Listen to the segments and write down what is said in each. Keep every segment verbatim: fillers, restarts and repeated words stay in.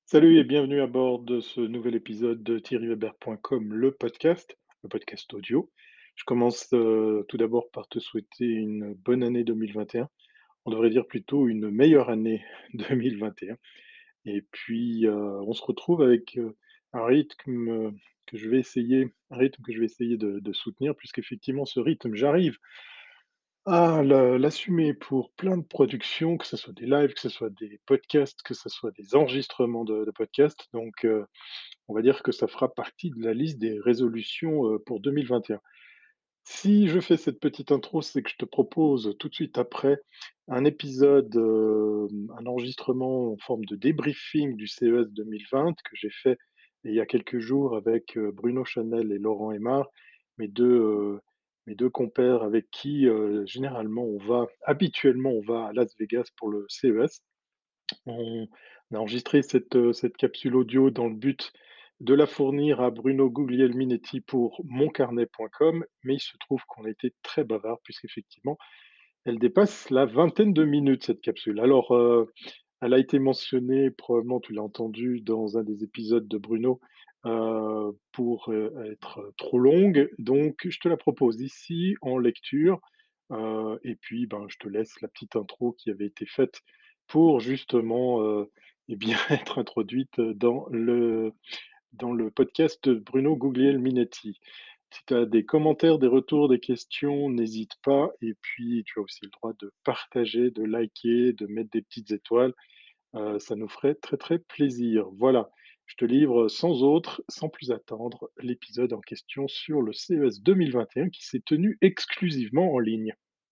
Salut et bienvenue à bord de ce nouvel épisode de thierry weber point com, le podcast, le podcast audio. Je commence euh, tout d'abord par te souhaiter une bonne année deux mille vingt et un. On devrait dire plutôt une meilleure année deux mille vingt et un. Et puis, euh, on se retrouve avec euh, un rythme euh, que je vais essayer, un rythme que je vais essayer de, de soutenir, puisqu'effectivement, ce rythme, j'arrive à la- l'assumer pour plein de productions, que ce soit des lives, que ce soit des podcasts, que ce soit des enregistrements de, de podcasts. Donc, euh, on va dire que ça fera partie de la liste des résolutions, heu, pour deux mille vingt et un. Si je fais cette petite intro, c'est que je te propose tout de suite après un épisode, hem, un enregistrement en forme de débriefing du C E S deux mille vingt que j'ai fait il y a quelques jours avec, heu, Bruno Chanel et Laurent Aimard, mes deux heu, mes deux compères avec qui, heu, généralement on va habituellement on va à Las Vegas pour le C E S. On a enregistré cette, heu, cette capsule audio dans le but de la fournir à Bruno Guglielminetti pour moncarnet point com, mais il se trouve qu'on a été très bavard puisqu'effectivement, elle dépasse la vingtaine de minutes cette capsule. Alors, heu, elle a été mentionnée, probablement tu l'as entendu dans un des épisodes de Bruno, heu, pour, heu, être trop longue, donc je te la propose ici en lecture, heu et puis, ben, je te laisse la petite intro qui avait été faite pour justement, heu et bien être introduite dans le dans le podcast de Bruno Guglielminetti. Si tu as des commentaires, des retours, des questions, n'hésite pas et puis tu as aussi le droit de partager, de liker, de mettre des petites étoiles. Heu, ça nous ferait très, très plaisir. Voilà, je te livre sans autre, sans plus attendre, l'épisode en question sur le C E S deux mille vingt et un qui s'est tenu exclusivement en ligne.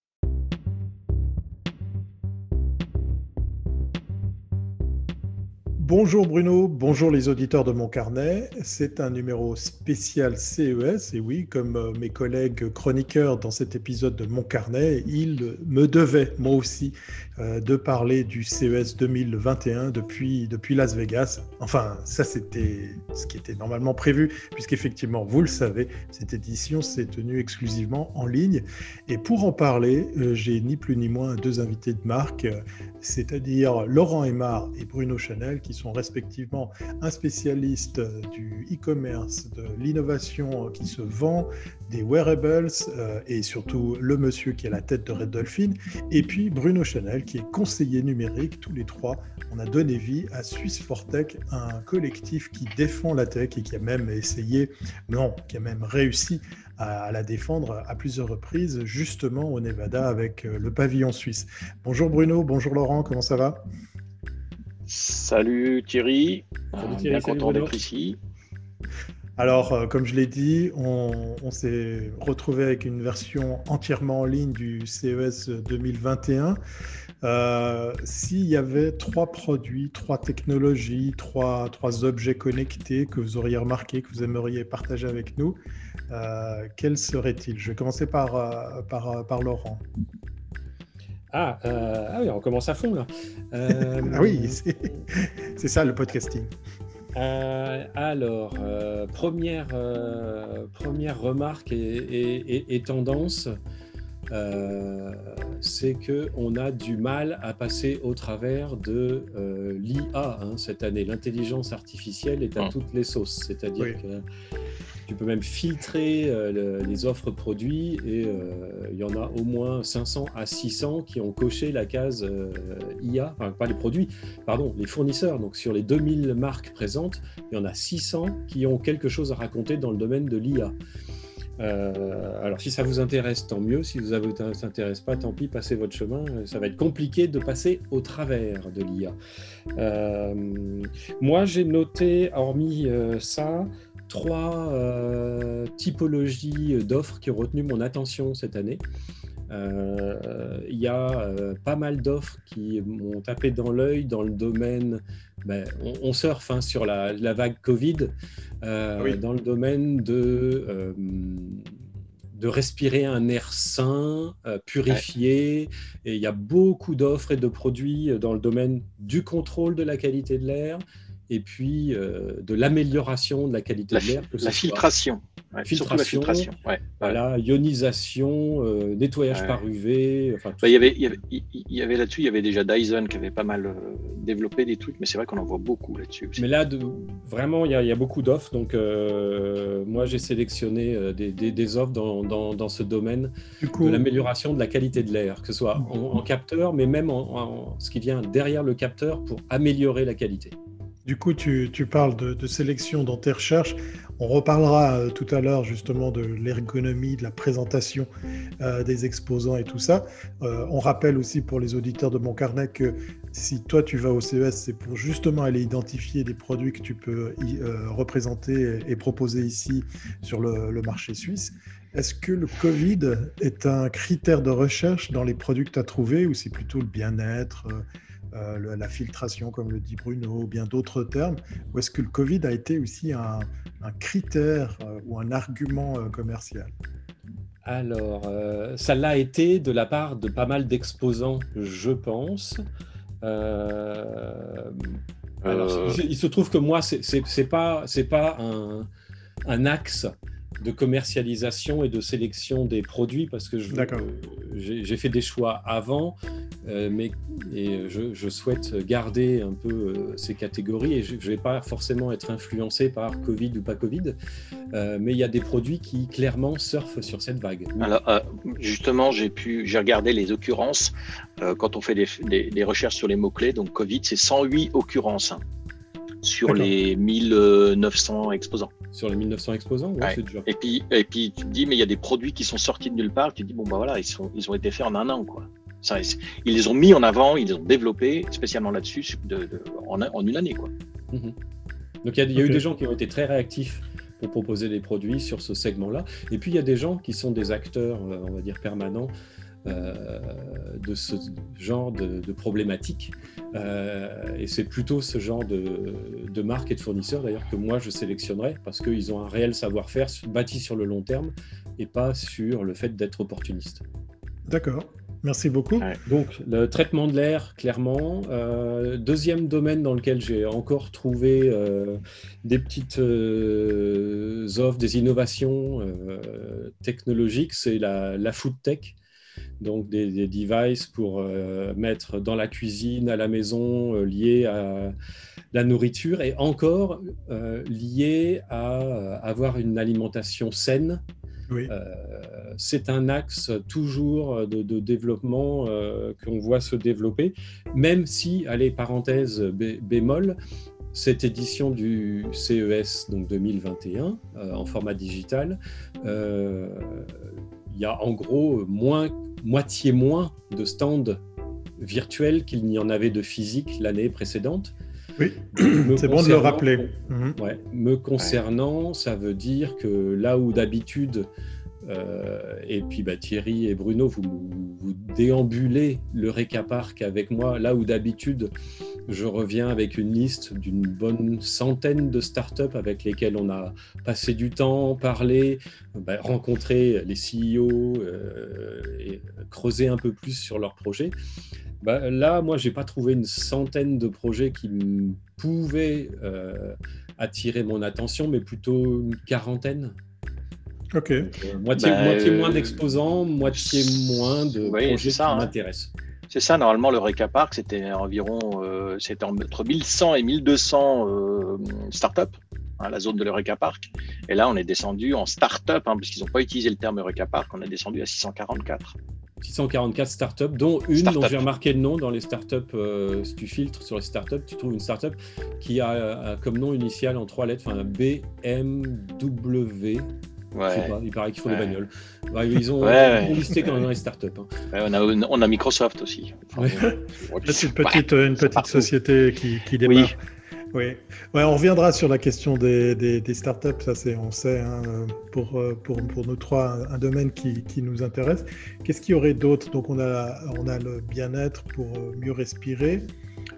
Bonjour Bruno, bonjour les auditeurs de mon carnet. C'est un numéro spécial C E S et oui, comme euh, mes collègues chroniqueurs dans cet épisode de mon carnet, ils me devaient moi aussi euh, de parler du C E S deux mille vingt et un depuis, depuis Las Vegas. Enfin, ça c'était ce qui était normalement prévu puisqu'effectivement, vous le savez, cette édition s'est tenue exclusivement en ligne. Et pour en parler, euh, j'ai ni plus ni moins deux invités de marque, euh, c'est-à-dire Laurent Aimard et Bruno Chanel, qui sont respectivement un spécialiste du e-commerce, de l'innovation qui se vend, des wearables euh, et surtout le monsieur qui est à la tête de Red Dolphin, et puis Bruno Chanel qui est conseiller numérique. Tous les trois, on a donné vie à Swiss for Tech, un collectif qui défend la tech et qui a même essayé, non, qui a même réussi à, à la défendre à plusieurs reprises, justement au Nevada avec le pavillon suisse. Bonjour Bruno, bonjour Laurent, comment ça va? Salut Thierry, Salut Euh, bien Thierry, salut content Bruno. d'être ici. Alors, euh, comme je l'ai dit, on, on s'est retrouvé avec une version entièrement en ligne du C E S deux mille vingt et un. Euh, S'il y avait trois produits, trois technologies, trois, trois objets connectés que vous auriez remarqué, que vous aimeriez partager avec nous, euh, quels seraient-ils? Je vais commencer par, euh, par, euh, par Laurent. Ah, euh, ah oui, on commence à fond là. Ah oui, Euh, c'est c'est ça le podcasting. euh, alors, euh, première, euh, première remarque et, et- et- et tendance, euh, c'est qu'on a du mal à passer au travers de euh, l'I A hein, cette année. L'intelligence artificielle est à Hum. toutes les sauces, c'est-à-dire Oui. que tu peux même filtrer euh, le- les offres produits et euh, il y en a au moins cinq cents à six cents qui ont coché la case euh, I A, enfin pas les produits, pardon, les fournisseurs. Donc sur les deux mille marques présentes, il y en a six cents qui ont quelque chose à raconter dans le domaine de l'I A. Euh, alors si ça vous intéresse, tant mieux. Si vous ne vous intéresse pas, tant pis, passez votre chemin. Ça va être compliqué de passer au travers de l'I A. Euh, moi, j'ai noté, hormis euh, ça, trois euh, typologies d'offres qui ont retenu mon attention cette année. Euh, Il y a euh, pas mal d'offres qui m'ont tapé dans l'œil dans le domaine, ben, on, on surfe hein, sur la, la vague Covid, euh, Oui. dans le domaine de, euh, de respirer un air sain, euh, Ouais. purifié. Et il y a beaucoup d'offres et de produits dans le domaine du contrôle de la qualité de l'air et puis euh, de l'amélioration de la qualité La, de fi- l'air, que la ce soit filtration. Ouais, filtration, surtout la filtration. Ouais, voilà, ouais. ionisation, euh, nettoyage Ouais. par U V. Enfin, tout Bah, il y ça. avait, il y avait, il y avait là-dessus, il y avait déjà Dyson qui avait pas mal euh, développé des trucs, mais c'est vrai qu'on en voit beaucoup là-dessus aussi. Mais là, de, vraiment, il y, a, il y a beaucoup d'offres. Donc, euh, moi, j'ai sélectionné euh, des, des, des offres dans, dans, dans ce domaine Du coup, de l'amélioration de la qualité de l'air, que ce soit en, en capteur, mais même en, en ce qui vient derrière le capteur pour améliorer la qualité. Du coup, tu, tu parles de, de sélection dans tes recherches. On reparlera euh, tout à l'heure justement de l'ergonomie, de la présentation euh, des exposants et tout ça. Euh, on rappelle aussi pour les auditeurs de mon carnet que si toi tu vas au C E S, c'est pour justement aller identifier des produits que tu peux y, euh, représenter et, et proposer ici sur le, le marché suisse. Est-ce que le Covid est un critère de recherche dans les produits que tu as trouvés ou c'est plutôt le bien-être euh, Euh, le, la filtration, comme le dit Bruno, ou bien d'autres termes, ou est-ce que le Covid a été aussi un, un critère euh, ou un argument euh, commercial? Alors, euh, ça l'a été de la part de pas mal d'exposants, je pense. Euh, alors, Euh, il, il se trouve que moi, c'est, c'est, c'est pas, c'est pas un, un axe de commercialisation et de sélection des produits parce que je, D'accord. euh, j'ai, j'ai fait des choix avant, euh, mais et je, je souhaite garder un peu euh, ces catégories et je ne vais pas forcément être influencé par Covid ou pas Covid, euh, mais il y a des produits qui clairement surfent sur cette vague. alors, euh, justement, j'ai pu, j'ai regardé les occurrences euh, quand on fait des, des, des recherches sur les mots-clés. Donc, Covid, c'est cent huit occurrences hein, sur D'accord. les mille neuf cents exposants. Sur les mille neuf cents exposants, ouais, Ouais. c'est dur. Et puis, et puis, tu te dis, mais il y a des produits qui sont sortis de nulle part. Tu te dis, bon, bah voilà, ils, sont, ils ont été faits en un an, quoi. Ça, ils les ont mis en avant, ils les ont développés spécialement là-dessus de, de, en, en une année, quoi. Mm-hmm. Donc, il y a, il y a Ok. eu des gens qui ont été très réactifs pour proposer des produits sur ce segment-là. Et puis, il y a des gens qui sont des acteurs, on va dire, permanents euh, de ce genre de, de problématiques. Euh, et c'est plutôt ce genre de, de marques et de fournisseurs, d'ailleurs, que moi, je sélectionnerais parce qu'ils ont un réel savoir-faire bâti sur le long terme et pas sur le fait d'être opportuniste. D'accord. Merci beaucoup. Ouais. Donc, le traitement de l'air, clairement. Euh, deuxième domaine dans lequel j'ai encore trouvé euh, des petites euh, offres, des innovations euh, technologiques, c'est la, la food tech. Donc, des, des devices pour euh, mettre dans la cuisine, à la maison, euh, liés à la nourriture et encore euh, liés à euh, avoir une alimentation saine. Oui. Euh, c'est un axe toujours de, de développement euh, qu'on voit se développer, même si, allez, parenthèse bé, bémol, cette édition du C E S donc deux mille vingt et un euh, en format digital, euh, il y a en gros moins, moitié moins de stands virtuels qu'il n'y en avait de physiques l'année précédente. Oui, c'est bon de le rappeler. Mmh. Ouais, me concernant, ouais. Ça veut dire que là où d'habitude, euh, et puis bah, Thierry et Bruno, vous, vous déambulez le Récaparc avec moi, là où d'habitude, je reviens avec une liste d'une bonne centaine de startups avec lesquelles on a passé du temps, parlé, bah, rencontré les C E O euh, et creusé un peu plus sur leurs projets. Bah, là, moi, je n'ai pas trouvé une centaine de projets qui m- pouvaient euh, attirer mon attention, mais plutôt une quarantaine. Ok. Donc, euh, moitié, bah, moitié euh, moins d'exposants, moitié moins de oui, projets ça, qui hein. m'intéressent. C'est ça, normalement, le Récaparc, c'était environ euh, c'était entre mille cent et mille deux cents euh, startups, hein, la zone de l'Eureka-Park. Et là, on est descendu en start-up, hein, parce qu'ils n'ont pas utilisé le terme Eureka-Park, on est descendu à six cent quarante-quatre. six cent quarante-quatre startups, dont une Start-up. dont j'ai remarqué le nom dans les startups. Euh, si tu filtres sur les startups, tu trouves une startup qui a euh, comme nom initial en trois lettres, enfin B M W. Ouais. Je sais pas, il paraît qu'ils font ouais. des bagnoles. Ouais, ils ont, ouais, ils ont listé ouais. quand même dans les startups. Hein. Ouais, on, a, on a Microsoft aussi. Enfin, ouais. C'est une petite, ouais, une petite société qui, qui démarre. Oui. Oui, ouais, on reviendra sur la question des, des, des startups, ça c'est, on sait, hein, pour, pour, pour nous trois, un, un domaine qui, qui nous intéresse. Qu'est-ce qu'il y aurait d'autre? Donc on a, on a le bien-être pour mieux respirer.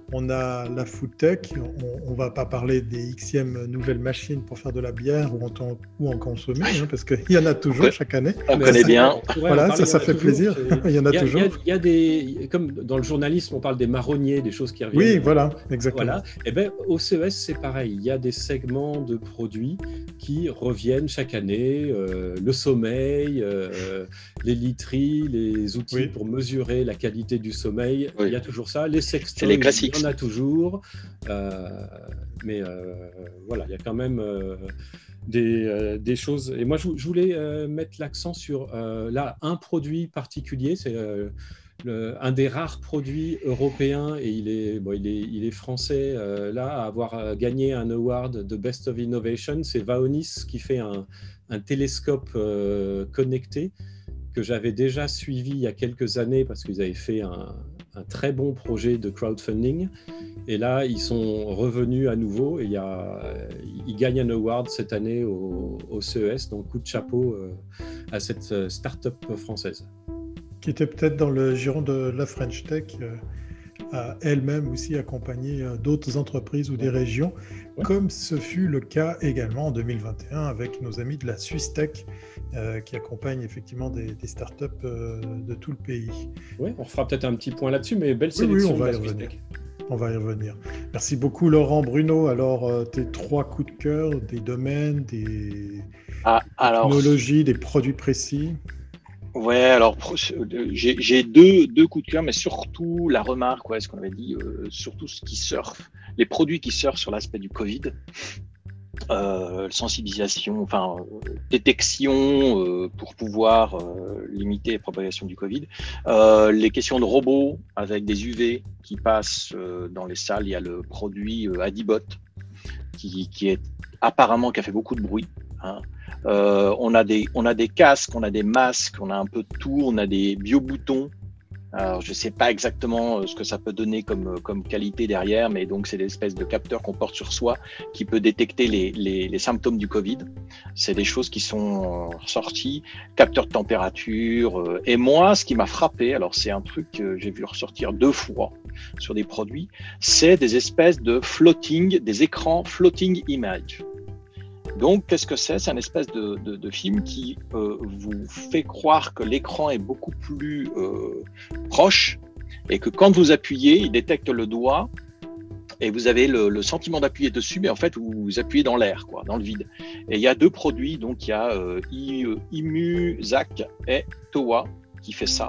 on a la food tech, on ne va pas parler des Xème nouvelles machines pour faire de la bière ou en, ou en consommer, hein, parce qu'il y en a toujours chaque année. On connaît bien. Voilà, ça, ça fait toujours, plaisir. Il y en a il y a, toujours. Il y a des, comme dans le journalisme, on parle des marronniers, des choses qui reviennent. Oui, voilà, exactement. Voilà. Et ben, au C E S, c'est pareil. Il y a des segments de produits qui reviennent chaque année. Euh, le sommeil, euh, les literies, les outils oui. pour mesurer la qualité du sommeil. Oui. Il y a toujours ça. Les sextoys, les classiques. Il y en a toujours. Euh, mais euh, voilà, il y a quand même euh, des, euh, des choses. Et moi, je, je voulais euh, mettre l'accent sur euh, là, un produit particulier. C'est euh, le, un des rares produits européens, et il est, bon, il est, il est français, euh, là, à avoir gagné un award de Best of Innovation. C'est Vaonis qui fait un, un télescope euh, connecté que j'avais déjà suivi il y a quelques années parce qu'ils avaient fait un, un très bon projet de crowdfunding. Et là, ils sont revenus à nouveau et il y a, ils gagnent un award cette année au, au C E S. Donc, coup de chapeau euh, à cette start-up française. Qui était peut-être dans le giron de la French Tech, euh, a elle-même aussi accompagné euh, d'autres entreprises ou des régions, ouais. comme ce fut le cas également en deux mille vingt et un avec nos amis de la Swiss Tech, euh, qui accompagnent effectivement des, des startups euh, de tout le pays. Oui, on fera peut-être un petit point là-dessus, mais belle sélection oui, oui, on va de la y Swiss revenir. Tech. On va y revenir. Merci beaucoup Laurent. Bruno, alors euh, tes trois coups de cœur, des domaines, des ah, alors... technologies, des produits précis. Ouais, alors j'ai, j'ai deux, deux coups de cœur, mais surtout la remarque, ouais, ce qu'on avait dit, euh, surtout ce qui surfe, les produits qui surfent sur l'aspect du Covid, euh, sensibilisation, enfin euh, détection euh, pour pouvoir euh, limiter la propagation du Covid, euh, les questions de robots avec des U V qui passent euh, dans les salles. Il y a le produit euh, Adibot qui, qui est apparemment qui a fait beaucoup de bruit. Hein. Euh, on a des, on a des casques, on a des masques, on a un peu de tout, on a des bio-boutons. Alors, je ne sais pas exactement ce que ça peut donner comme, comme qualité derrière, mais donc c'est l'espèce de capteur qu'on porte sur soi qui peut détecter les, les, les symptômes du Covid. C'est des choses qui sont sorties, capteur de température. Et moi, ce qui m'a frappé, alors c'est un truc que j'ai vu ressortir deux fois sur des produits, c'est des espèces de floating, des écrans floating image. Donc, qu'est-ce que c'est ? C'est un espèce de, de, de film qui euh, vous fait croire que l'écran est beaucoup plus euh, proche et que quand vous appuyez, il détecte le doigt et vous avez le, le sentiment d'appuyer dessus, mais en fait, vous, vous appuyez dans l'air, quoi, dans le vide. Et il y a deux produits, donc il y a euh, Imuzac et Towa qui fait ça.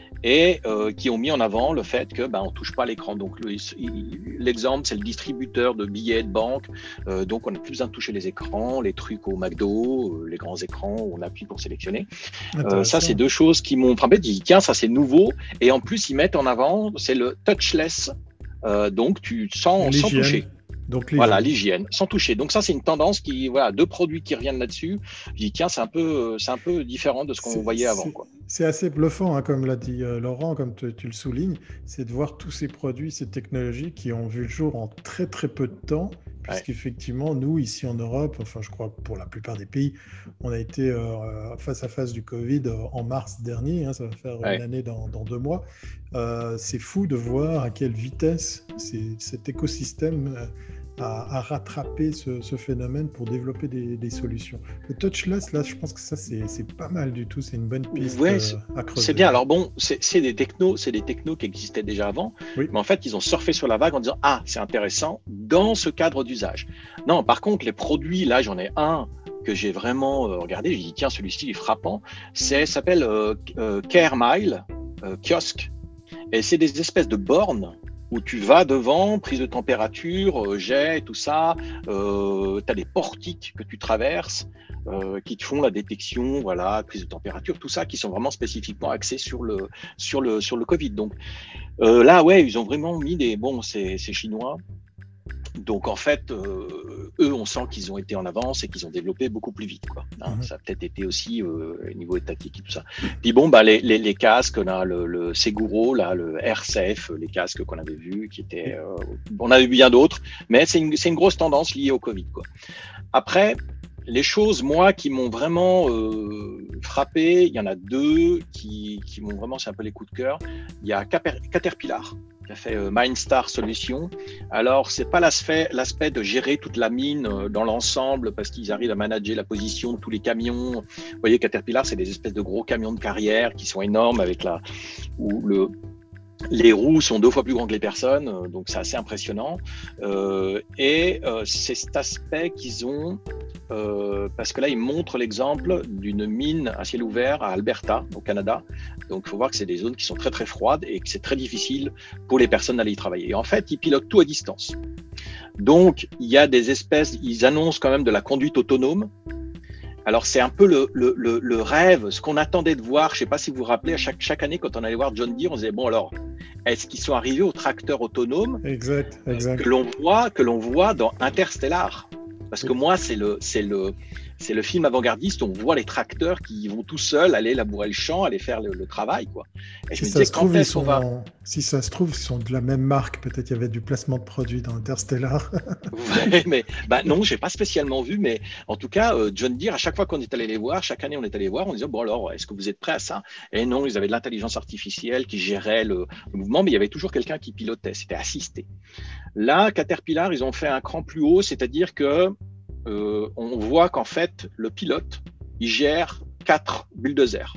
Et euh, qui ont mis en avant le fait que ben on touche pas l'écran. Donc le, l'exemple c'est le distributeur de billets de banque. Euh, donc on n'a plus besoin de toucher les écrans, les trucs au McDo, euh, les grands écrans où on appuie pour sélectionner. Euh, ça c'est deux choses qui m'ont frappé. Je dis tiens ça c'est nouveau. Et en plus ils mettent en avant c'est le touchless. Euh, donc tu sens sans toucher. Donc, voilà, l'hygiène, sans toucher. Donc ça, c'est une tendance qui, voilà, deux produits qui reviennent là-dessus. Je dis tiens, c'est un peu, c'est un peu différent de ce qu'on c'est, voyait avant, c'est, quoi. C'est assez bluffant, hein, comme l'a dit euh, Laurent, comme tu, tu le soulignes, c'est de voir tous ces produits, ces technologies qui ont vu le jour en très très peu de temps. Puisqu'effectivement, nous, ici en Europe, enfin je crois que pour la plupart des pays, on a été euh, face à face du Covid euh, en mars dernier, hein, ça va faire ouais. une année dans, dans deux mois. Euh, c'est fou de voir à quelle vitesse c'est, cet écosystème euh, a, a rattrapé ce, ce phénomène pour développer des, des solutions. Le touchless, là, je pense que ça, c'est, c'est pas mal du tout, c'est une bonne piste ouais, euh, à creuser. C'est bien, alors bon, c'est, c'est, des technos, c'est des technos qui existaient déjà avant, oui. mais en fait, ils ont surfé sur la vague en disant « Ah, c'est intéressant dans ce cadre d'usage ». Non, par contre, les produits, là, j'en ai un que j'ai vraiment euh, regardé, j'ai dit « Tiens, celui-ci, il est frappant ». Ça s'appelle euh, euh, CareMile, euh, kiosque, et c'est des espèces de bornes où tu vas devant, prise de température, euh, jet, tout ça, euh, tu as des portiques que tu traverses euh, qui te font la détection, voilà, prise de température, tout ça, qui sont vraiment spécifiquement axés sur le, sur le, sur le Covid. Donc euh, là, ouais, ils ont vraiment mis des... Bon, c'est, c'est chinois. Donc en fait, euh, eux, on sent qu'ils ont été en avance et qu'ils ont développé beaucoup plus vite, quoi. Hein, mmh. Ça a peut-être été aussi euh, niveau étatique et tout ça. Puis bon, bah les, les, les casques, là, le, le Seguro, là, le AirSafe, les casques qu'on avait vus, qui étaient, euh, on avait vu bien d'autres, mais c'est une, c'est une grosse tendance liée au Covid, quoi. Après, les choses, moi, qui m'ont vraiment euh, frappé, il y en a deux qui, qui m'ont vraiment, c'est un peu les coups de cœur. Il y a Caterpillar qui a fait euh, MindStar Solutions. Alors, c'est pas l'aspect, l'aspect de gérer toute la mine euh, dans l'ensemble, parce qu'ils arrivent à manager la position de tous les camions. Vous voyez, Caterpillar, c'est des espèces de gros camions de carrière qui sont énormes, avec la, où le, les roues sont deux fois plus grandes que les personnes, euh, donc c'est assez impressionnant. Euh, et euh, c'est cet aspect qu'ils ont, euh, parce que là, ils montrent l'exemple d'une mine à ciel ouvert à Alberta, au Canada. Donc, il faut voir que c'est des zones qui sont très, très froides et que c'est très difficile pour les personnes d'aller y travailler. Et en fait, ils pilotent tout à distance. Donc, il y a des espèces, ils annoncent quand même de la conduite autonome. Alors, c'est un peu le, le, le, le rêve, ce qu'on attendait de voir. Je ne sais pas si vous vous rappelez, à chaque, chaque année, quand on allait voir John Deere, on disait, bon, alors, est-ce qu'ils sont arrivés au tracteur autonome exact, exact. que l'on voit, que l'on voit dans Interstellar? Parce que moi, c'est le, c'est le, c'est le film avant-gardiste où on voit les tracteurs qui vont tout seuls aller labourer le champ, aller faire le, le travail, quoi. Et si, je me ça disais, se quand trouve, ils est-ce qu'on sont, va... si ça se trouve, ils sont de la même marque. Peut-être il y avait du placement de produits dans Interstellar. Ouais, mais bah, non, j'ai pas spécialement vu, mais en tout cas, euh, John Deere, à chaque fois qu'on est allé les voir, chaque année on est allé voir, on disait, bon alors, est-ce que vous êtes prêts à ça? Et non, ils avaient de l'intelligence artificielle qui gérait le, le mouvement, mais il y avait toujours quelqu'un qui pilotait, c'était assisté. Là, Caterpillar, ils ont fait un cran plus haut, c'est-à-dire que Euh, on voit qu'en fait, le pilote, il gère quatre bulldozers.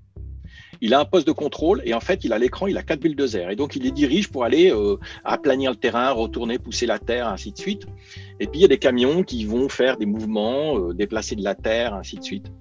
Il a un poste de contrôle et en fait, il a l'écran, il a quatre bulldozers. Et donc, il les dirige pour aller euh, aplanir le terrain, retourner, pousser la terre, ainsi de suite. Et puis, il y a des camions qui vont faire des mouvements, euh, déplacer de la terre, ainsi de suite.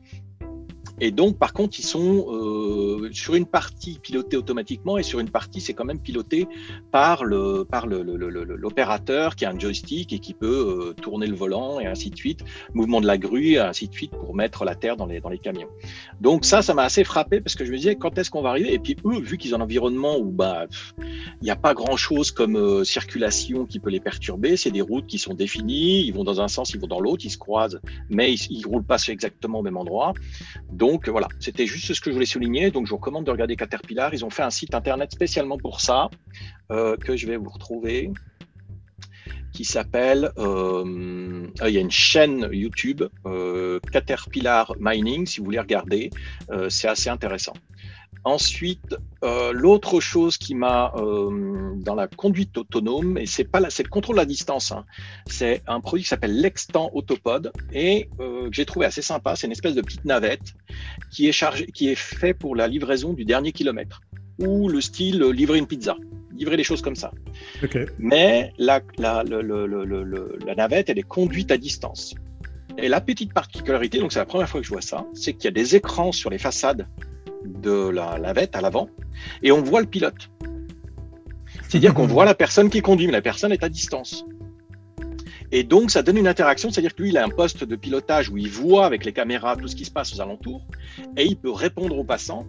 Et donc, par contre, ils sont euh, sur une partie pilotés automatiquement et sur une partie, c'est quand même piloté par, le, par le, le, le, l'opérateur qui a un joystick et qui peut euh, tourner le volant et ainsi de suite, mouvement de la grue et ainsi de suite pour mettre la terre dans les, dans les camions. Donc ça, ça m'a assez frappé parce que je me disais, quand est-ce qu'on va arriver? Et puis eux, vu qu'ils ont un environnement où bah, il n'y a pas grand-chose comme euh, circulation qui peut les perturber, c'est des routes qui sont définies, ils vont dans un sens, ils vont dans l'autre, ils se croisent, mais ils ne roulent pas exactement au même endroit. Donc voilà, c'était juste ce que je voulais souligner. Donc je vous recommande de regarder Caterpillar. Ils ont fait un site internet spécialement pour ça, euh, que je vais vous retrouver, qui s'appelle, euh, ah, il y a une chaîne YouTube, euh, Caterpillar Mining, si vous voulez regarder, euh, c'est assez intéressant. Ensuite, euh, l'autre chose qui m'a euh, dans la conduite autonome, et c'est pas là, c'est le contrôle à distance, hein, c'est un produit qui s'appelle l'Extant Autopod et euh, que j'ai trouvé assez sympa. C'est une espèce de petite navette qui est chargée, qui est fait pour la livraison du dernier kilomètre ou le style euh, livrer une pizza, livrer des choses comme ça. Okay. Mais la, la, le, le, le, le, la navette, elle est conduite à distance. Et la petite particularité, donc c'est la première fois que je vois ça, c'est qu'il y a des écrans sur les façades de la navette à l'avant et on voit le pilote. C'est-à-dire qu'on voit la personne qui conduit, mais la personne est à distance. Et donc, ça donne une interaction, c'est-à-dire que lui, il a un poste de pilotage où il voit avec les caméras tout ce qui se passe aux alentours et il peut répondre aux passants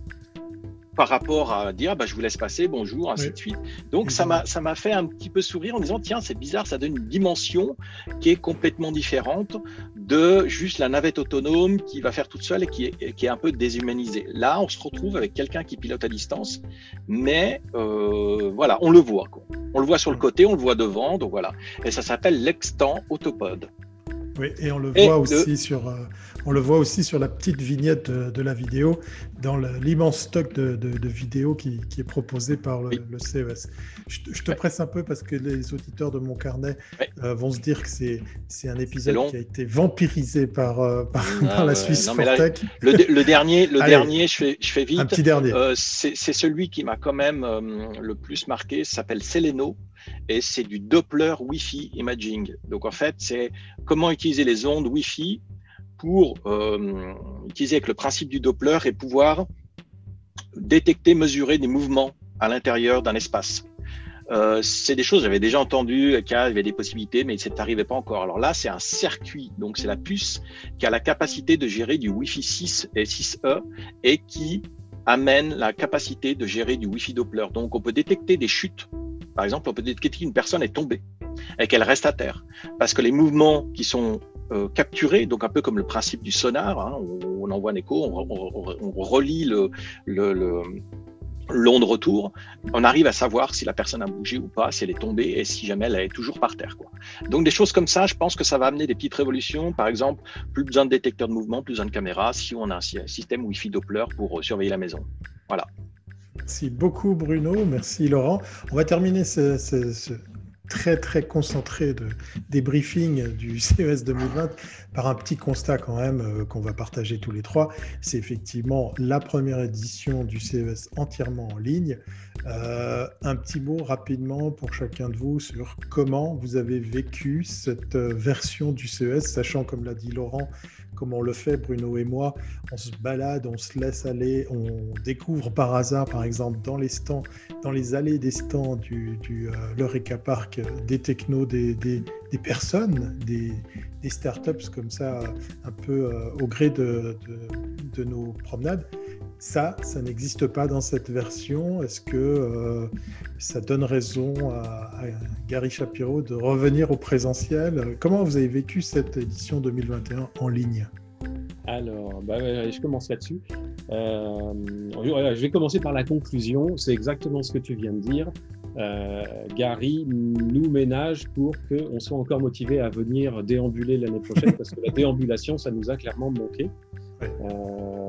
par rapport à dire bah, je vous laisse passer, bonjour, ainsi oui. de suite. Donc, mmh. ça m'a, ça m'a fait un petit peu sourire en disant tiens, c'est bizarre, ça donne une dimension qui est complètement différente de juste la navette autonome qui va faire toute seule et qui est, qui est un peu déshumanisée. Là, on se retrouve avec quelqu'un qui pilote à distance, mais euh, voilà, on le voit, quoi. On le voit sur le côté, on le voit devant, donc voilà. Et ça s'appelle l'Extant Autopod. Oui, et on le et voit aussi le... sur, euh, on le voit aussi sur la petite vignette de, de la vidéo, dans le, l'immense stock de, de, de vidéos qui, qui est proposé par le, oui. le C E S. Je, je te ouais. presse un peu parce que les auditeurs de mon carnet ouais. euh, vont se dire que c'est, c'est un épisode qui a été vampirisé par, euh, par, ah, par la ouais. Suisse Fortech. Le, le dernier, le Allez, dernier je, fais, je fais vite. Un petit dernier. Euh, c'est, c'est celui qui m'a quand même euh, le plus marqué, ça s'appelle Seleno. Et c'est du Doppler Wi-Fi Imaging. Donc en fait, c'est comment utiliser les ondes Wi-Fi pour euh, utiliser avec le principe du Doppler et pouvoir détecter, mesurer des mouvements à l'intérieur d'un espace. Euh, c'est des choses, j'avais déjà entendu qu'il y avait des possibilités, mais ça n'arrivait pas encore. Alors là, c'est un circuit, donc c'est la puce qui a la capacité de gérer du Wi-Fi six et six E et qui amène la capacité de gérer du Wi-Fi Doppler. Donc on peut détecter des chutes. Par exemple, on peut détecter qu'une personne est tombée et qu'elle reste à terre. Parce que les mouvements qui sont euh, capturés, donc un peu comme le principe du sonar, hein, on, on envoie un écho, on, on, on relie le, le, le, l'onde retour, on arrive à savoir si la personne a bougé ou pas, si elle est tombée et si jamais elle est toujours par terre, quoi. Donc des choses comme ça, je pense que ça va amener des petites révolutions. Par exemple, plus besoin de détecteurs de mouvement, plus besoin de caméras si on a un système Wi-Fi Doppler pour surveiller la maison. Voilà. Merci beaucoup Bruno, merci Laurent. On va terminer ce, ce, ce très très concentré de débriefing du C E S deux mille vingt par un petit constat quand même euh, qu'on va partager tous les trois. C'est effectivement la première édition du C E S entièrement en ligne. Euh, un petit mot rapidement pour chacun de vous sur comment vous avez vécu cette version du C E S, sachant, comme l'a dit Laurent, comment on le fait, Bruno et moi, on se balade, on se laisse aller, on découvre par hasard, par exemple, dans les stands, dans les allées des stands du, du euh, l'Eureka Park, euh, des technos, des, des, des personnes, des, des startups comme ça, un peu euh, au gré de, de, de nos promenades. Ça, ça n'existe pas dans cette version. Est-ce que euh, ça donne raison à, à Gary Shapiro de revenir au présentiel? Comment vous avez vécu cette édition deux mille vingt et un en ligne? Alors, bah, je commence là-dessus. Euh, je vais commencer par la conclusion. C'est exactement ce que tu viens de dire. Euh, Gary nous ménage pour qu'on soit encore motivé à venir déambuler l'année prochaine, parce que la déambulation, ça nous a clairement manqué. Euh,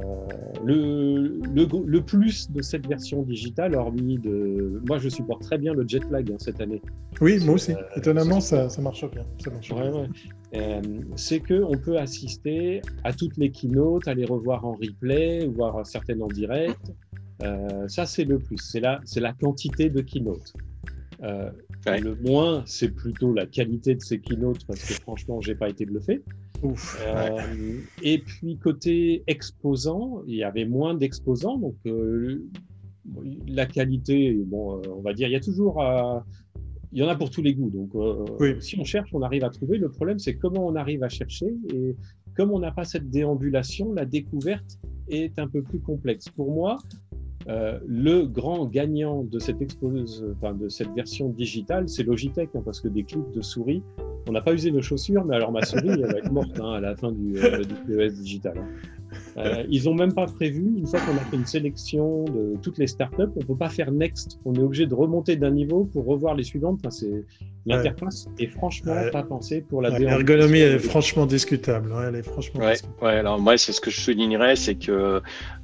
le, le, le plus de cette version digitale, hormis de... Moi, je supporte très bien le jet lag hein, cette année. Oui, moi aussi. Euh, Étonnamment, ça, ça marche bien. Ça marche ouais, bien. Ouais. Euh, c'est qu'on peut assister à toutes les keynotes, à les revoir en replay, voir certaines en direct. Euh, ça, c'est le plus. C'est la, c'est la quantité de keynotes. Euh, ouais. Le moins, c'est plutôt la qualité de ces keynotes, parce que franchement, j'ai pas été bluffé. Ouf, euh, ouais. Et puis côté exposants, il y avait moins d'exposants, donc euh, la qualité, bon, euh, on va dire, il y a toujours, euh, il y en a pour tous les goûts. Donc, euh, oui. Si on cherche, on arrive à trouver. Le problème, c'est comment on arrive à chercher, et comme on n'a pas cette déambulation, la découverte est un peu plus complexe. Pour moi, Euh, le grand gagnant de cette, expose, enfin, de cette version digitale, c'est Logitech, hein, parce que des clics de souris, on n'a pas usé nos chaussures, mais alors ma souris, elle va être morte hein, à la fin du, euh, du C E S digital. Hein. Euh, ils n'ont même pas prévu, une fois qu'on a fait une sélection de toutes les startups, on ne peut pas faire next, on est obligé de remonter d'un niveau pour revoir les suivantes. Enfin, c'est... L'interface ouais. est franchement ouais. pas pensée pour la ouais, l'ergonomie est franchement discutable. Ouais, elle est franchement ouais, discutable. Ouais, alors moi, c'est ce que je soulignerais, c'est que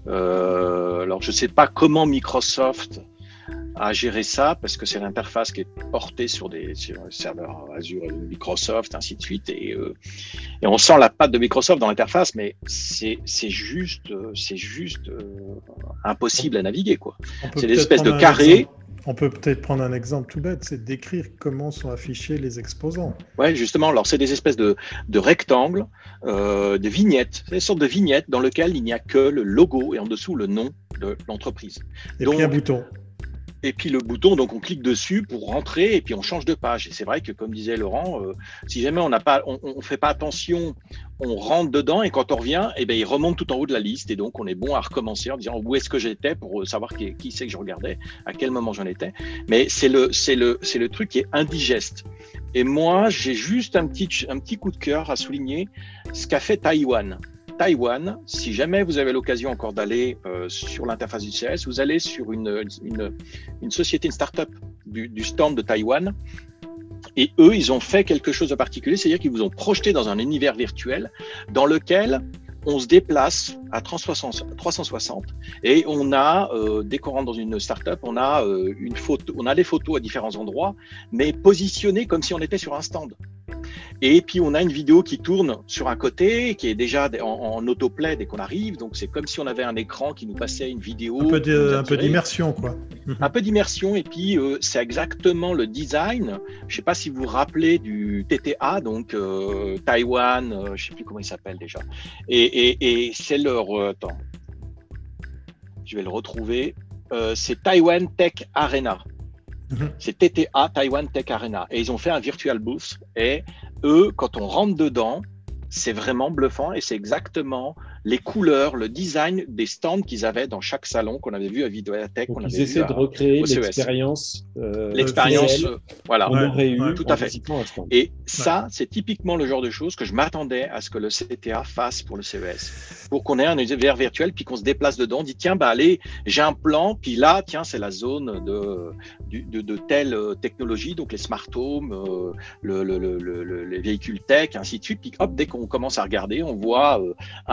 euh, alors je ne sais pas comment Microsoft a géré ça, parce que c'est l'interface qui est portée sur des sur serveurs Azure et Microsoft, ainsi de suite, et, euh, et on sent la patte de Microsoft dans l'interface, mais c'est c'est juste c'est juste euh, impossible à naviguer quoi. C'est des espèces de carrés. On peut peut-être prendre un exemple tout bête, c'est décrire comment sont affichés les exposants. Oui, justement. Alors, c'est des espèces de, de rectangles, euh, de vignettes. C'est des sortes de vignettes dans lesquelles il n'y a que le logo et en dessous le nom de l'entreprise. Et donc, puis un bouton. Et puis le bouton, donc on clique dessus pour rentrer et puis on change de page. Et c'est vrai que, comme disait Laurent, euh, si jamais on n'a pas, on, on fait pas attention, on rentre dedans et quand on revient, eh ben il remonte tout en haut de la liste et donc on est bon à recommencer en disant où est-ce que j'étais pour savoir qui, qui c'est que je regardais, à quel moment j'en étais. Mais c'est le, c'est le, c'est le truc qui est indigeste. Et moi, j'ai juste un petit, un petit coup de cœur à souligner ce qu'a fait Taïwan. Taïwan, si jamais vous avez l'occasion encore d'aller euh, sur l'interface du C E S, vous allez sur une, une, une société, une start-up du, du stand de Taïwan, et eux, ils ont fait quelque chose de particulier, c'est-à-dire qu'ils vous ont projeté dans un univers virtuel dans lequel on se déplace à trois cent soixante et on a, euh, dès qu'on rentre dans une start-up, on a, euh, une photo, on a les photos à différents endroits, mais positionnées comme si on était sur un stand. Et puis on a une vidéo qui tourne sur un côté, qui est déjà en, en autoplay dès qu'on arrive, donc c'est comme si on avait un écran qui nous passait une vidéo. Un peu, de, un peu d'immersion, quoi. Un peu d'immersion, et puis euh, c'est exactement le design. Je ne sais pas si vous vous rappelez du T T A, donc euh, Taïwan, euh, je ne sais plus comment il s'appelle déjà. Et, et, et c'est leur... Euh, attends, je vais le retrouver. Euh, c'est Taiwan Tech Arena. C'est T T A, Taiwan Tech Arena. Et ils ont fait un virtual booth. Et eux, quand on rentre dedans, c'est vraiment bluffant et c'est exactement les couleurs, le design des stands qu'ils avaient dans chaque salon qu'on avait vu à Vidéotech. Donc, ils essaient de recréer l'expérience. Euh, l'expérience, euh, voilà. On aurait eu, tout à fait. Et ça, ouais. c'est typiquement le genre de choses que je m'attendais à ce que le C T A fasse pour le C E S. Pour qu'on ait un univers virtuel, puis qu'on se déplace dedans, on dit tiens, bah allez, j'ai un plan, puis là, tiens, c'est la zone de, de, de, de telle technologie, donc les smart homes, euh, le, le, le, le, les véhicules tech, ainsi de suite. Puis hop, dès qu'on commence à regarder, on voit euh, un stand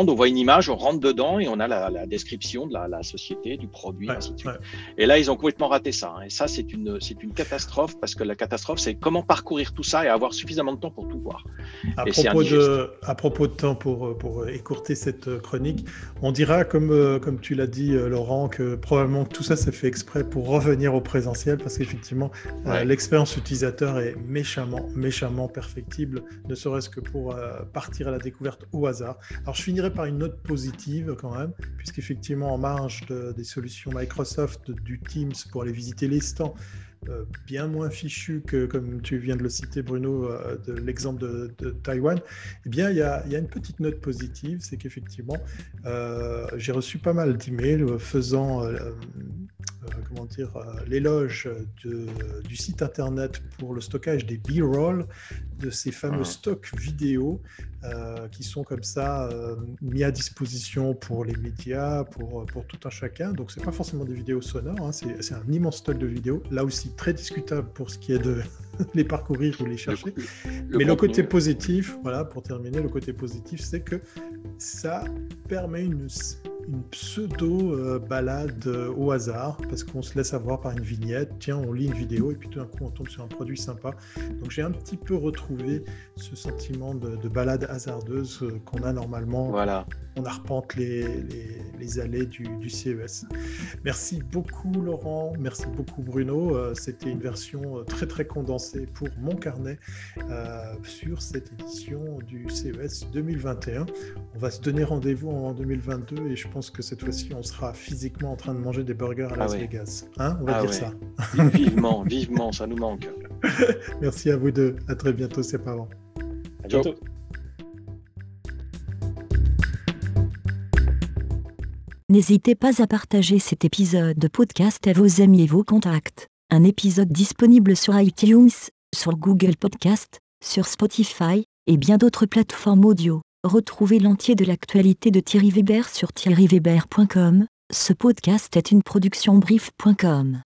on voit une image, on rentre dedans et on a la, la description de la, la société, du produit, Ouais, ainsi de suite. ouais. Et là, ils ont complètement raté ça. hein. Et ça, c'est une, c'est une catastrophe parce que la catastrophe, c'est comment parcourir tout ça et avoir suffisamment de temps pour tout voir. À Et c'est propos, indigeste. de, à propos de temps pour, pour écourter cette chronique, on dira, comme, euh, comme tu l'as dit, euh, Laurent, que probablement que tout ça, c'est fait exprès pour revenir au présentiel, parce qu'effectivement, euh, Ouais. l'expérience utilisateur est méchamment, méchamment perfectible, ne serait-ce que pour euh, partir à la découverte au hasard. Alors, je finirai par une note positive quand même, puisqu'effectivement, en marge de- des solutions Microsoft, du Teams pour aller visiter les stands, euh, bien moins fichu que, comme tu viens de le citer, Bruno, euh, de l'exemple de, de Taïwan, eh bien, il y a, il y a une petite note positive, c'est qu'effectivement, euh, j'ai reçu pas mal d'emails faisant euh, euh, comment dire, euh, l'éloge de- du site internet pour le stockage des B-roll, de ces fameux Mhm. stocks vidéo euh, qui sont comme ça euh, mis à disposition pour les médias, pour, pour tout un chacun. Donc, ce n'est pas forcément des vidéos sonores, hein, c'est c'est un immense stock de vidéos, là aussi très discutable pour ce qui est de les parcourir ou les chercher. Le Mais le contenu. côté positif, voilà, pour terminer, le côté positif, c'est que ça permet une, une pseudo-balade euh, au hasard, parce qu'on se laisse avoir par une vignette, tiens, on lit une vidéo, et puis tout d'un coup, on tombe sur un produit sympa. Donc j'ai un petit peu retrouvé ce sentiment de, de balade hasardeuse euh, qu'on a normalement Voilà. quand on arpente les, les, les allées du, du C E S. Merci beaucoup Laurent, merci beaucoup Bruno. Euh, C'était une version euh, très très condensée pour mon carnet euh, sur cette édition du C E S deux mille vingt et un. On va se donner rendez-vous en deux mille vingt-deux et je pense que cette fois-ci on sera physiquement en train de manger des burgers à Ah Las ouais. Vegas. Hein, on va Ah dire ouais. ça. Vivement, vivement, ça nous manque. Merci à vous deux. À très bientôt, c'est pas avant. À Ciao. bientôt. N'hésitez pas à partager cet épisode de podcast à vos amis et vos contacts. Un épisode disponible sur iTunes, sur Google Podcast, sur Spotify et bien d'autres plateformes audio. Retrouvez l'entier de l'actualité de Thierry Weber sur thierry weber point com. Ce podcast est une production brief point com.